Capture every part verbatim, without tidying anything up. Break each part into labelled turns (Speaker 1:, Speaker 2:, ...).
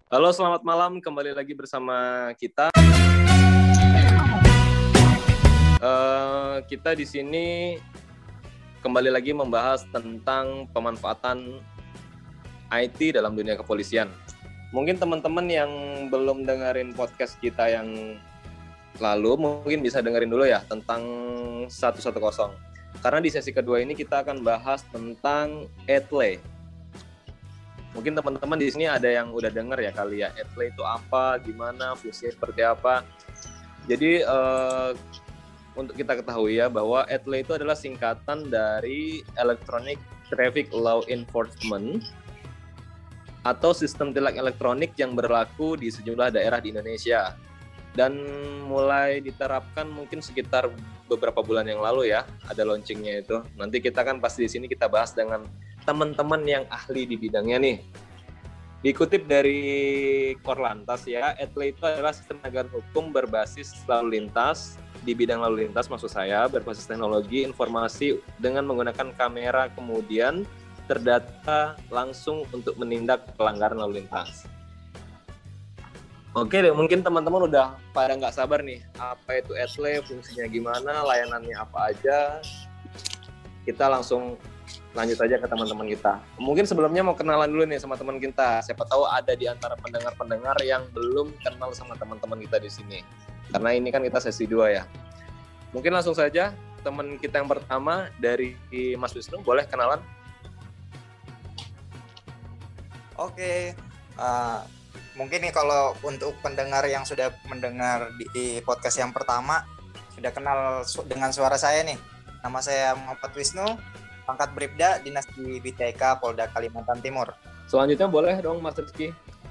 Speaker 1: Halo, selamat malam. Kembali lagi bersama kita. Uh, kita di sini kembali lagi membahas tentang pemanfaatan I T dalam dunia kepolisian. Mungkin teman-teman yang belum dengerin podcast kita yang lalu, mungkin bisa dengerin dulu ya tentang seratus sepuluh. Karena di sesi kedua ini kita akan bahas tentang Etle. Mungkin teman-teman di sini ada yang udah denger ya kali ya, Etle itu apa, gimana, fungsinya seperti apa. Jadi uh, untuk kita ketahui ya bahwa Etle itu adalah singkatan dari Electronic Traffic Law Enforcement atau sistem tilang elektronik yang berlaku di sejumlah daerah di Indonesia. Dan mulai diterapkan mungkin sekitar beberapa bulan yang lalu ya, ada launchingnya itu. Nanti kita kan pasti di sini kita bahas dengan teman-teman yang ahli di bidangnya nih. Dikutip dari Korlantas ya, Etle itu adalah sistem penegakan hukum berbasis lalu lintas, di bidang lalu lintas maksud saya, berbasis teknologi informasi dengan menggunakan kamera kemudian terdata langsung untuk menindak pelanggaran lalu lintas. Oke deh, mungkin teman-teman udah pada nggak sabar nih, apa itu Etle, fungsinya gimana, layanannya apa aja. Kita langsung lanjut aja ke teman-teman kita. Mungkin sebelumnya mau kenalan dulu nih sama teman kita. Siapa tahu ada di antara pendengar-pendengar yang belum kenal sama teman-teman kita di sini. Karena ini kan kita sesi dua ya. Mungkin langsung saja teman kita yang pertama dari Mas Wisnu, boleh kenalan?
Speaker 2: Oke, uh, mungkin nih kalau untuk pendengar yang sudah mendengar di, di podcast yang pertama sudah kenal su- dengan suara saya nih. Nama saya Muhammad Wisnu, pangkat Bribda, Dinas di B T K Polda Kalimantan Timur.
Speaker 1: Selanjutnya boleh dong Mas Rizky.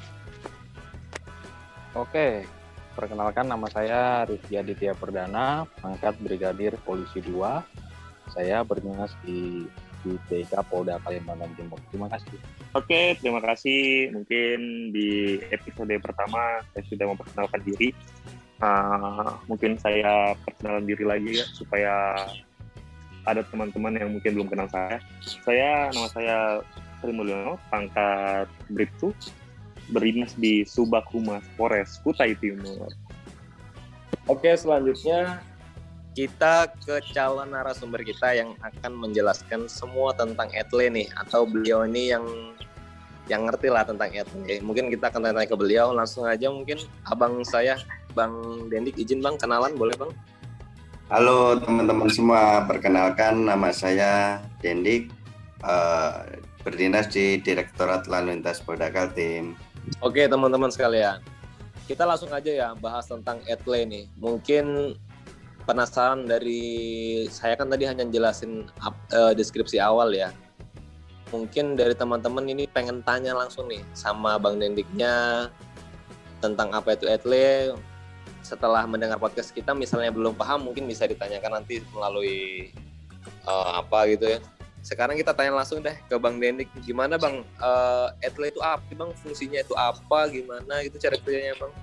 Speaker 3: Oke, perkenalkan nama saya Rizky Aditya Perdana, pangkat Brigadir Polisi dua. Saya berdinas di B T K Polda Kalimantan Timur. Terima kasih.
Speaker 4: Oke, terima kasih. Mungkin di episode pertama saya sudah memperkenalkan diri. Uh, mungkin saya perkenalan diri lagi ya, supaya ada teman-teman yang mungkin belum kenal saya. Saya, nama saya Sri Mulyono, pangkat Bribtu, berdinas di Subak Humas Polres Kutai Timur.
Speaker 1: Oke, selanjutnya kita ke calon narasumber kita yang akan menjelaskan semua tentang Etle nih, atau beliau ini yang yang ngerti lah tentang Etle. Mungkin kita akan tanya ke beliau langsung aja. Mungkin abang saya, Bang Dendik, izin Bang kenalan, boleh Bang?
Speaker 5: Halo teman-teman semua, perkenalkan nama saya Dendik, uh, berdinas di Direktorat Lalu Lintas Polda Kaltim.
Speaker 1: Oke teman-teman sekalian, kita langsung aja ya bahas tentang Etle nih. Mungkin penasaran dari saya kan tadi hanya jelasin uh, deskripsi awal ya. Mungkin dari teman-teman ini pengen tanya langsung nih sama Bang Dendiknya tentang apa itu Etle. Setelah mendengar podcast kita misalnya belum paham, mungkin bisa ditanyakan nanti melalui uh, apa gitu ya. Sekarang kita tanya langsung deh ke Bang Dendik, gimana Bang, uh, Etle itu apa Bang, fungsinya itu apa, gimana itu cara kerjanya Bang?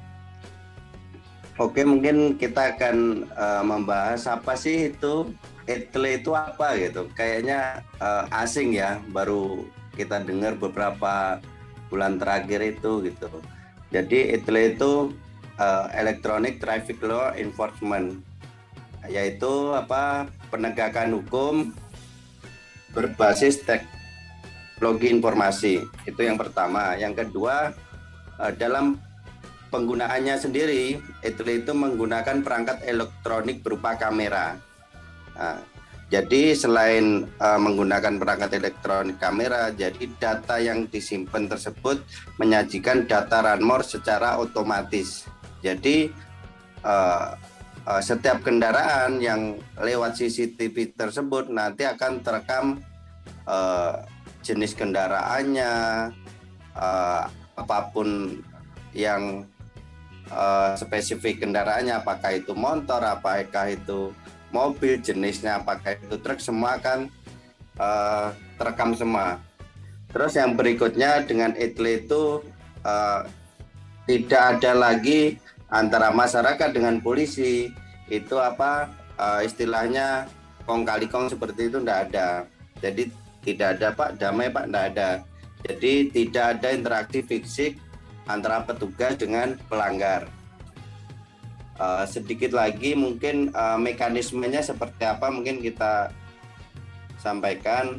Speaker 5: Oke, mungkin kita akan uh, membahas apa sih itu Etle itu apa gitu. Kayaknya uh, asing ya, baru kita dengar beberapa bulan terakhir itu gitu. Jadi Etle itu Uh, Electronic Traffic Law Enforcement, yaitu apa penegakan hukum berbasis teknologi informasi. Itu yang pertama. Yang kedua, uh, dalam penggunaannya sendiri, Etle itu menggunakan perangkat elektronik berupa kamera. Nah, jadi selain uh, menggunakan perangkat elektronik kamera, jadi data yang disimpan tersebut menyajikan data runmore secara otomatis. Jadi uh, uh, setiap kendaraan yang lewat C C T V tersebut nanti akan terekam uh, jenis kendaraannya, uh, apapun yang uh, spesifik kendaraannya, apakah itu motor, apakah itu mobil, jenisnya apakah itu truk, semua akan uh, terekam semua. Terus yang berikutnya dengan Etle itu uh, tidak ada lagi antara masyarakat dengan polisi itu apa uh, istilahnya kong kali kong seperti itu tidak ada. Jadi tidak ada Pak, damai Pak, tidak ada. Jadi tidak ada interaksi fisik antara petugas dengan pelanggar. Uh, sedikit lagi mungkin uh, mekanismenya seperti apa mungkin kita sampaikan.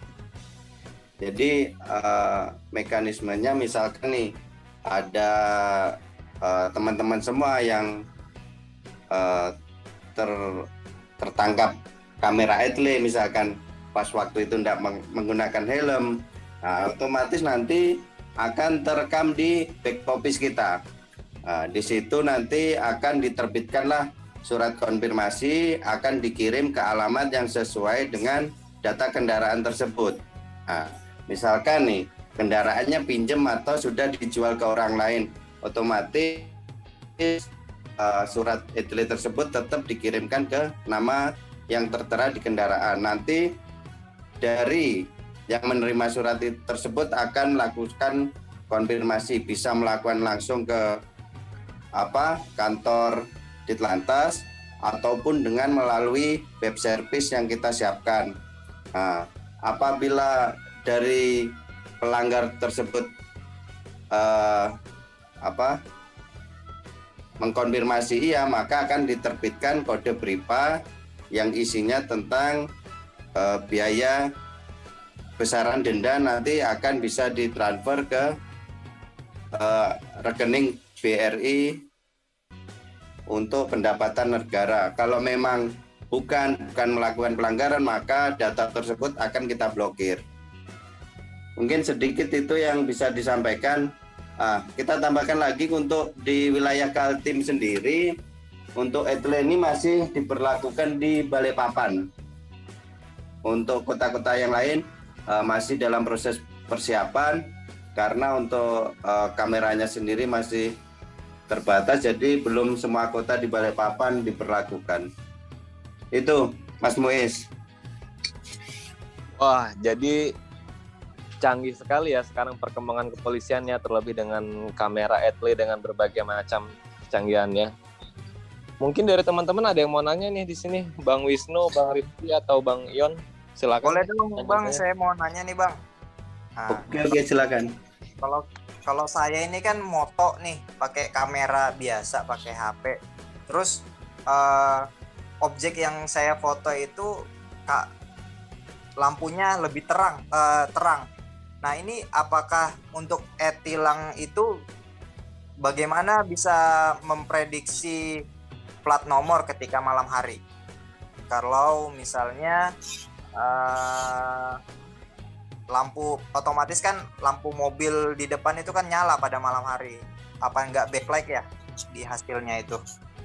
Speaker 5: Jadi uh, mekanismenya misalkan nih ada uh, teman-teman semua yang uh, ter, tertangkap kamera etle misalkan pas waktu itu tidak meng- menggunakan helm, nah, otomatis nanti akan terekam di back office kita. Nah, di situ nanti akan diterbitkanlah surat konfirmasi, akan dikirim ke alamat yang sesuai dengan data kendaraan tersebut. Nah, misalkan nih kendaraannya pinjem atau sudah dijual ke orang lain, otomatis uh, surat etle tersebut tetap dikirimkan ke nama yang tertera di kendaraan. Nanti dari yang menerima surat tersebut akan melakukan konfirmasi, bisa melakukan langsung ke apa kantor Ditlantas ataupun dengan melalui web service yang kita siapkan. Nah, apabila dari pelanggar tersebut uh, apa mengkonfirmasi iya, maka akan diterbitkan kode BRIPA yang isinya tentang uh, biaya besaran denda nanti akan bisa ditransfer ke uh, rekening B R I untuk pendapatan negara. Kalau memang bukan bukan melakukan pelanggaran, maka data tersebut akan kita blokir. Mungkin sedikit itu yang bisa disampaikan. Ah, kita tambahkan lagi untuk di wilayah Kaltim sendiri, untuk etle ini masih diberlakukan di Balikpapan. Untuk kota-kota yang lain ah, masih dalam proses persiapan, karena untuk ah, kameranya sendiri masih terbatas, jadi belum semua kota di Balikpapan diberlakukan. Itu Mas Muiz.
Speaker 1: Wah, jadi canggih sekali ya sekarang perkembangan kepolisiannya, terlebih dengan kamera etle dengan berbagai macam kecanggihannya. Mungkin dari teman-teman ada yang mau nanya nih di sini, Bang Wisnu, Bang Rifki atau Bang Ion, silakan.
Speaker 2: Boleh dong Bang, saya mau nanya nih Bang. Nah,
Speaker 5: Oke oke silakan.
Speaker 2: Kalau kalau saya ini kan moto nih, pakai kamera biasa, pakai H P. Terus uh, objek yang saya foto itu kak, lampunya lebih terang, uh, terang. Nah ini apakah untuk e-tilang itu bagaimana bisa memprediksi plat nomor ketika malam hari? Kalau misalnya uh, lampu otomatis kan lampu mobil di depan itu kan nyala pada malam hari, apa enggak backlight ya di hasilnya itu?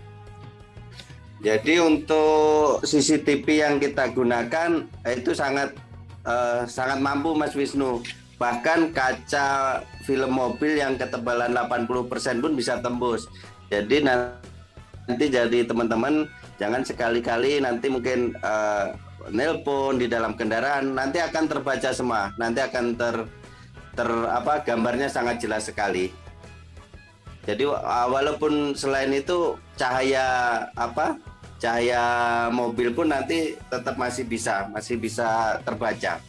Speaker 5: Jadi untuk C C T V yang kita gunakan itu sangat eh, sangat mampu Mas Wisnu. Bahkan kaca film mobil yang ketebalan delapan puluh persen pun bisa tembus. Jadi nanti jadi teman-teman jangan sekali-kali nanti mungkin eh, nelpon di dalam kendaraan, nanti akan terbaca semua, nanti akan ter, ter apa gambarnya sangat jelas sekali. Jadi walaupun selain itu cahaya apa cahaya mobil pun nanti tetap masih bisa masih bisa terbaca.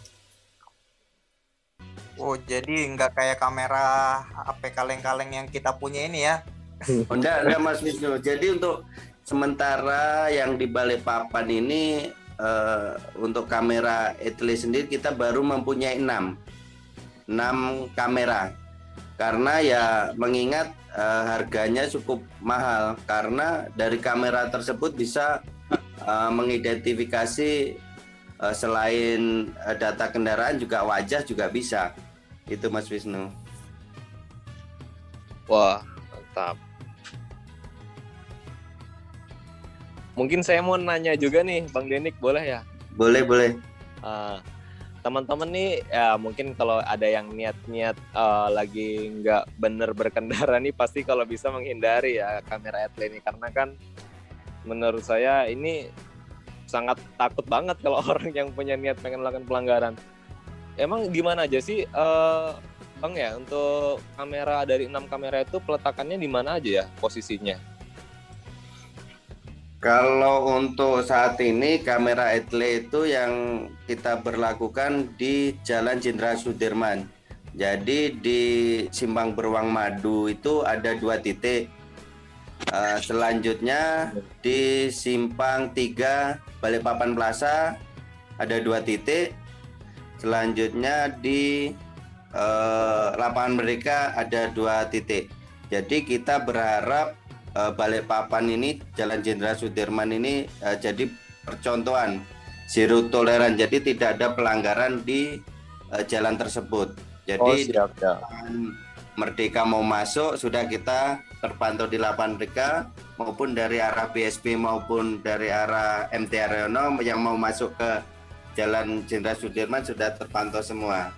Speaker 2: Oh jadi nggak kayak kamera H P kaleng-kaleng yang kita punya ini ya?
Speaker 5: Oh, enggak, enggak Mas Wisnu. Jadi untuk sementara yang di Balikpapan ini Uh, untuk kamera etle sendiri kita baru mempunyai enam kamera, karena ya mengingat uh, harganya cukup mahal, karena dari kamera tersebut bisa uh, mengidentifikasi uh, selain uh, data kendaraan juga wajah juga bisa. Itu Mas Wisnu.
Speaker 1: Wah, mantap. Mungkin saya mau nanya juga nih, Bang Denik, boleh ya?
Speaker 5: Boleh, boleh.
Speaker 1: Uh, teman-teman nih, ya mungkin kalau ada yang niat-niat uh, lagi nggak bener berkendara nih, pasti kalau bisa menghindari ya kamera etle ini. Karena kan menurut saya ini sangat takut banget kalau orang yang punya niat pengen melakukan pelanggaran. Emang gimana aja sih, uh, Bang ya, untuk kamera dari enam kamera itu peletakannya di mana aja ya posisinya?
Speaker 5: Kalau untuk saat ini kamera etle itu yang kita berlakukan di Jalan Jenderal Sudirman. Jadi di Simpang Beruang Madu itu ada dua titik. Uh, selanjutnya di Simpang tiga Balikpapan Plaza ada dua titik. Selanjutnya di uh, Lapangan Merdeka ada dua titik. Jadi kita berharap uh, Balikpapan ini, Jalan Jenderal Sudirman ini uh, jadi percontohan zero toleran. Jadi tidak ada pelanggaran di uh, jalan tersebut. Jadi
Speaker 1: Oh, siap, siap.
Speaker 5: Merdeka mau masuk sudah kita terpantau di Lapangan Merdeka, maupun dari arah B S P maupun dari arah M T Haryono yang mau masuk ke Jalan Jenderal Sudirman sudah terpantau semua.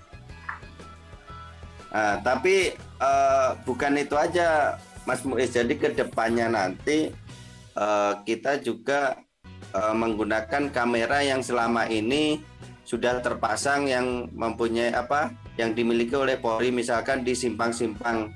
Speaker 5: Nah, tapi uh, bukan itu aja Mas Muiz, jadi kedepannya nanti uh, kita juga uh, menggunakan kamera yang selama ini sudah terpasang yang mempunyai apa yang dimiliki oleh Polri, misalkan di simpang-simpang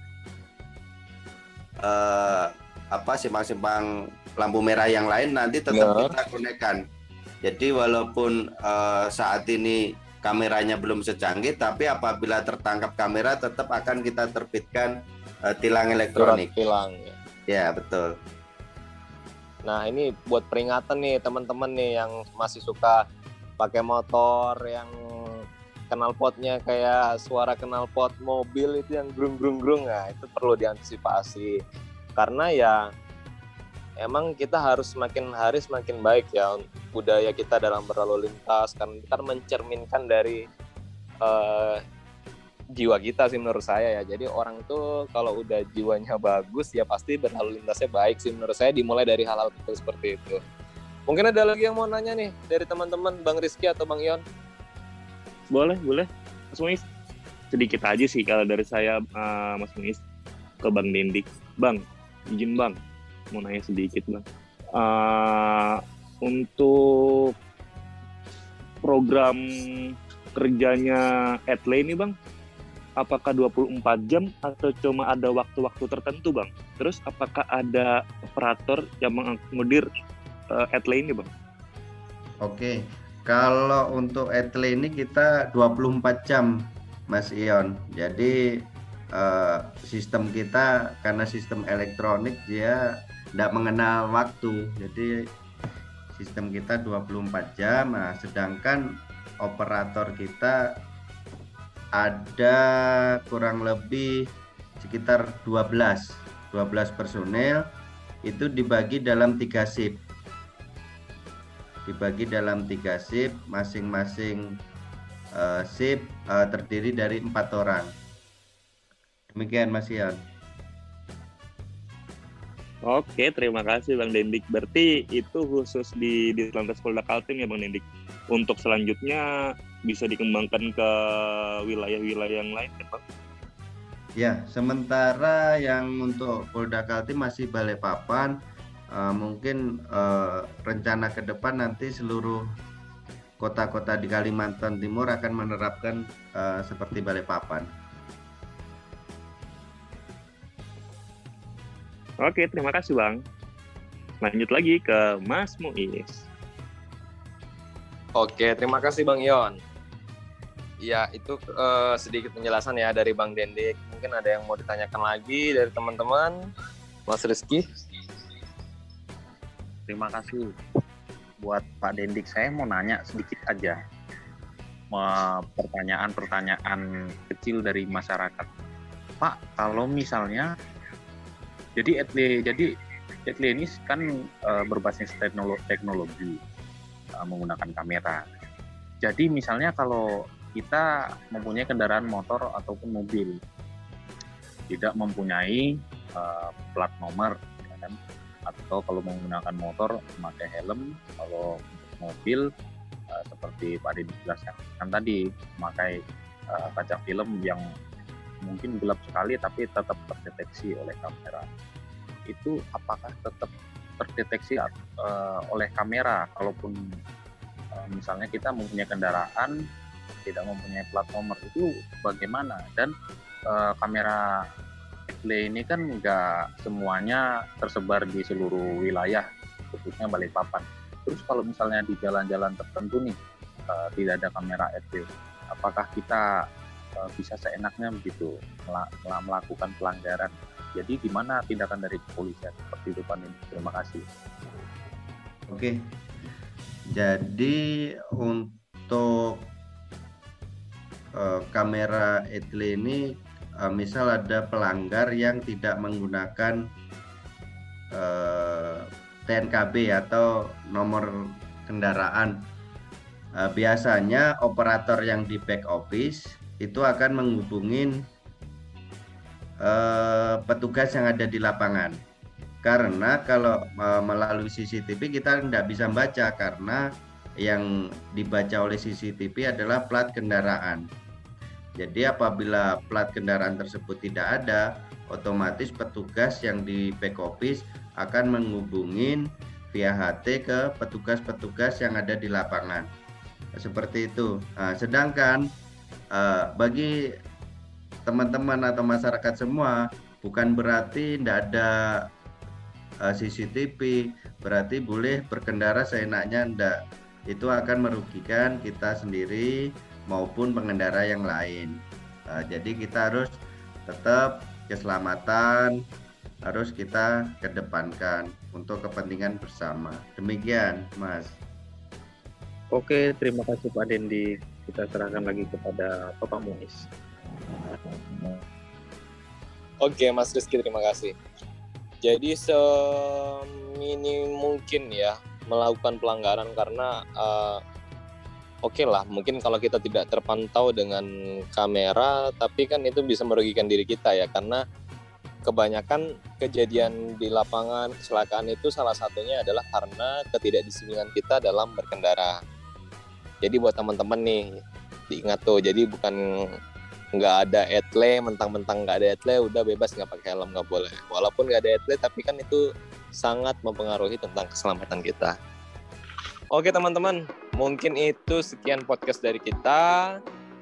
Speaker 5: uh, apa simpang-simpang lampu merah yang lain nanti tetap
Speaker 1: Benar.
Speaker 5: kita konekkan. Jadi walaupun uh, saat ini kameranya belum secanggih, tapi apabila tertangkap kamera tetap akan kita terbitkan uh, tilang
Speaker 1: Surat
Speaker 5: elektronik.
Speaker 1: tilang ya.
Speaker 5: Ya, betul.
Speaker 1: Nah, ini buat peringatan nih teman-teman nih yang masih suka pakai motor yang knalpotnya kayak suara knalpot mobil itu yang grung-grung-grung. Nah, itu perlu diantisipasi. Karena ya emang kita harus semakin hari semakin baik ya budaya kita dalam berlalu lintas, kan kita mencerminkan dari uh, jiwa kita sih menurut saya ya. Jadi orang tuh kalau udah jiwanya bagus ya pasti berlalu lintasnya baik sih menurut saya, dimulai dari hal-hal kecil seperti itu. Mungkin ada lagi yang mau nanya nih dari teman-teman, Bang Rizky atau Bang Ion?
Speaker 4: Boleh, boleh. Mas Muiz, sedikit aja sih kalau dari saya, uh, Mas Muiz, ke Bang Dendik. Bang, izin Bang, mau nanya sedikit Bang. Uh, untuk program kerjanya Etle ini Bang, apakah dua puluh empat jam atau cuma ada waktu-waktu tertentu Bang? Terus apakah ada operator yang mengakomodir uh, Etle ini Bang?
Speaker 5: Oke, kalau untuk Etle ini kita dua puluh empat jam Mas Ion. Jadi eh, sistem kita karena sistem elektronik dia tidak mengenal waktu. Jadi sistem kita dua puluh empat jam. Nah, sedangkan operator kita ada kurang lebih sekitar dua belas personel, itu dibagi dalam tiga shift. Dibagi dalam tiga shift, masing-masing uh, shift uh, terdiri dari empat orang. Demikian Mas Ian.
Speaker 4: Oke, terima kasih Bang Dendik. Berarti itu khusus di di Lantas Polda Kaltim ya Bang Dendik. Untuk selanjutnya bisa dikembangkan ke wilayah-wilayah yang lain kan Bang?
Speaker 5: Ya, sementara yang untuk Polda Kaltim masih Balikpapan. Uh, mungkin uh, rencana ke depan nanti seluruh kota-kota di Kalimantan Timur akan menerapkan uh, seperti Balikpapan.
Speaker 4: Oke, terima kasih Bang. Lanjut lagi ke Mas Muiz.
Speaker 1: Oke, terima kasih Bang Ion. Ya, itu uh, sedikit penjelasan ya dari Bang Dendik. Mungkin ada yang mau ditanyakan lagi dari teman-teman. Mas Rizky?
Speaker 3: Terima kasih buat Pak Dendik. Saya mau nanya sedikit aja, pertanyaan-pertanyaan kecil dari masyarakat. Pak, kalau misalnya jadi Etle, jadi Etle ini kan e, berbasis teknologi, teknologi e, menggunakan kamera. Jadi misalnya kalau kita mempunyai kendaraan motor ataupun mobil, tidak mempunyai e, plat nomor, ya kan? Atau kalau menggunakan motor memakai helm, kalau untuk mobil uh, seperti Pak Dendik jelaskan tadi memakai uh, kaca film yang mungkin gelap sekali tapi tetap terdeteksi oleh kamera. Itu apakah tetap terdeteksi uh, oleh kamera kalaupun uh, misalnya kita mempunyai kendaraan tidak mempunyai plat nomor, itu bagaimana? Dan uh, kamera Etle ini kan nggak semuanya tersebar di seluruh wilayah, khususnya Balikpapan. Terus kalau misalnya di jalan-jalan tertentu nih uh, tidak ada kamera Etle, apakah kita uh, bisa seenaknya begitu mel- melakukan pelanggaran. Jadi gimana tindakan dari kepolisian? Seperti itu Pak Nini. Terima kasih.
Speaker 5: Oke. Jadi untuk uh, kamera etle ini, uh, misal ada pelanggar yang tidak menggunakan uh, T N K B atau nomor kendaraan, uh, biasanya operator yang di back office itu akan menghubungin uh, petugas yang ada di lapangan. Karena kalau uh, melalui C C T V kita tidak bisa baca, karena yang dibaca oleh C C T V adalah plat kendaraan. Jadi apabila plat kendaraan tersebut tidak ada, otomatis petugas yang di back office akan menghubungin via H T ke petugas-petugas yang ada di lapangan. Seperti itu. Nah, sedangkan uh, bagi teman-teman atau masyarakat semua, bukan berarti tidak ada C C T V, berarti boleh berkendara seenaknya, enggak. Itu akan merugikan kita sendiri maupun pengendara yang lain. Nah, jadi kita harus tetap keselamatan harus kita kedepankan untuk kepentingan bersama. Demikian, Mas.
Speaker 3: Oke, terima kasih Pak Dendi. Kita serahkan lagi kepada Bapak Muiz.
Speaker 1: Oke, Mas Rizky, terima kasih. Jadi semini mungkin ya melakukan pelanggaran, karena uh, oke okay lah, mungkin kalau kita tidak terpantau dengan kamera, tapi kan itu bisa merugikan diri kita ya, karena kebanyakan kejadian di lapangan kecelakaan itu salah satunya adalah karena ketidakdisiplinan kita dalam berkendara. Jadi buat teman-teman nih, diingat tuh, jadi bukan nggak ada etle, mentang-mentang nggak ada etle udah bebas nggak pakai helm, nggak boleh. Walaupun nggak ada etle, tapi kan itu sangat mempengaruhi tentang keselamatan kita. Oke teman-teman, mungkin itu sekian podcast dari kita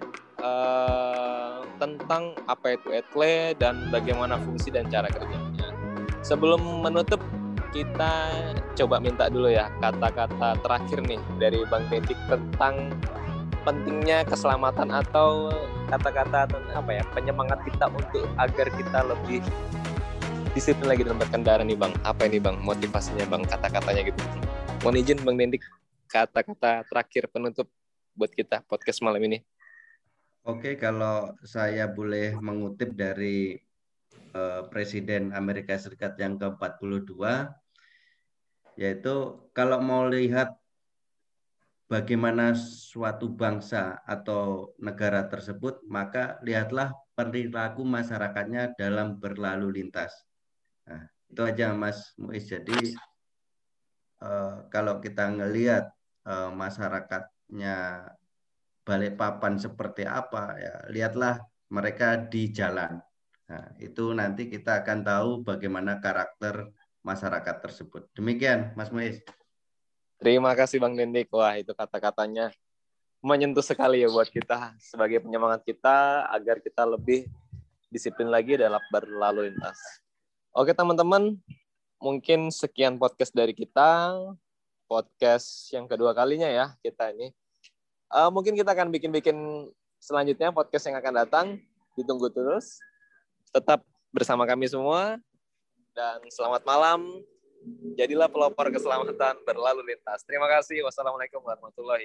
Speaker 1: uh, tentang apa itu etle dan bagaimana fungsi dan cara kerjanya. Sebelum menutup, kita coba minta dulu ya kata-kata terakhir nih dari Bang Dendik tentang pentingnya keselamatan, atau kata-kata apa ya, penyemangat kita untuk agar kita lebih disiplin lagi dalam berkendara nih Bang. Apa ini Bang motivasinya Bang, kata-katanya gitu? Mohon izin Bang Dendik, kata-kata terakhir penutup buat kita podcast malam ini.
Speaker 5: Oke, kalau saya boleh mengutip dari uh, Presiden Amerika Serikat yang ke empat puluh dua, yaitu kalau mau lihat bagaimana suatu bangsa atau negara tersebut, maka lihatlah perilaku masyarakatnya dalam berlalu lintas. Nah, itu aja Mas Muiz. Jadi uh, kalau kita ngelihat uh, masyarakatnya Balikpapan seperti apa, ya lihatlah mereka di jalan. Nah, itu nanti kita akan tahu bagaimana karakter masyarakat tersebut. Demikian Mas Muiz.
Speaker 1: Terima kasih Bang Dendik. Wah, itu kata-katanya menyentuh sekali ya buat kita sebagai penyemangat kita agar kita lebih disiplin lagi dalam berlalu lintas. Oke teman-teman, mungkin sekian podcast dari kita. Podcast yang kedua kalinya ya kita ini. Uh, mungkin kita akan bikin-bikin selanjutnya podcast yang akan datang. Ditunggu terus. Tetap bersama kami semua. Dan selamat malam. Jadilah pelopor keselamatan berlalu lintas. Terima kasih. Wassalamualaikum warahmatullahi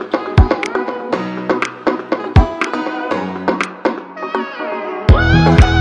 Speaker 1: wabarakatuh.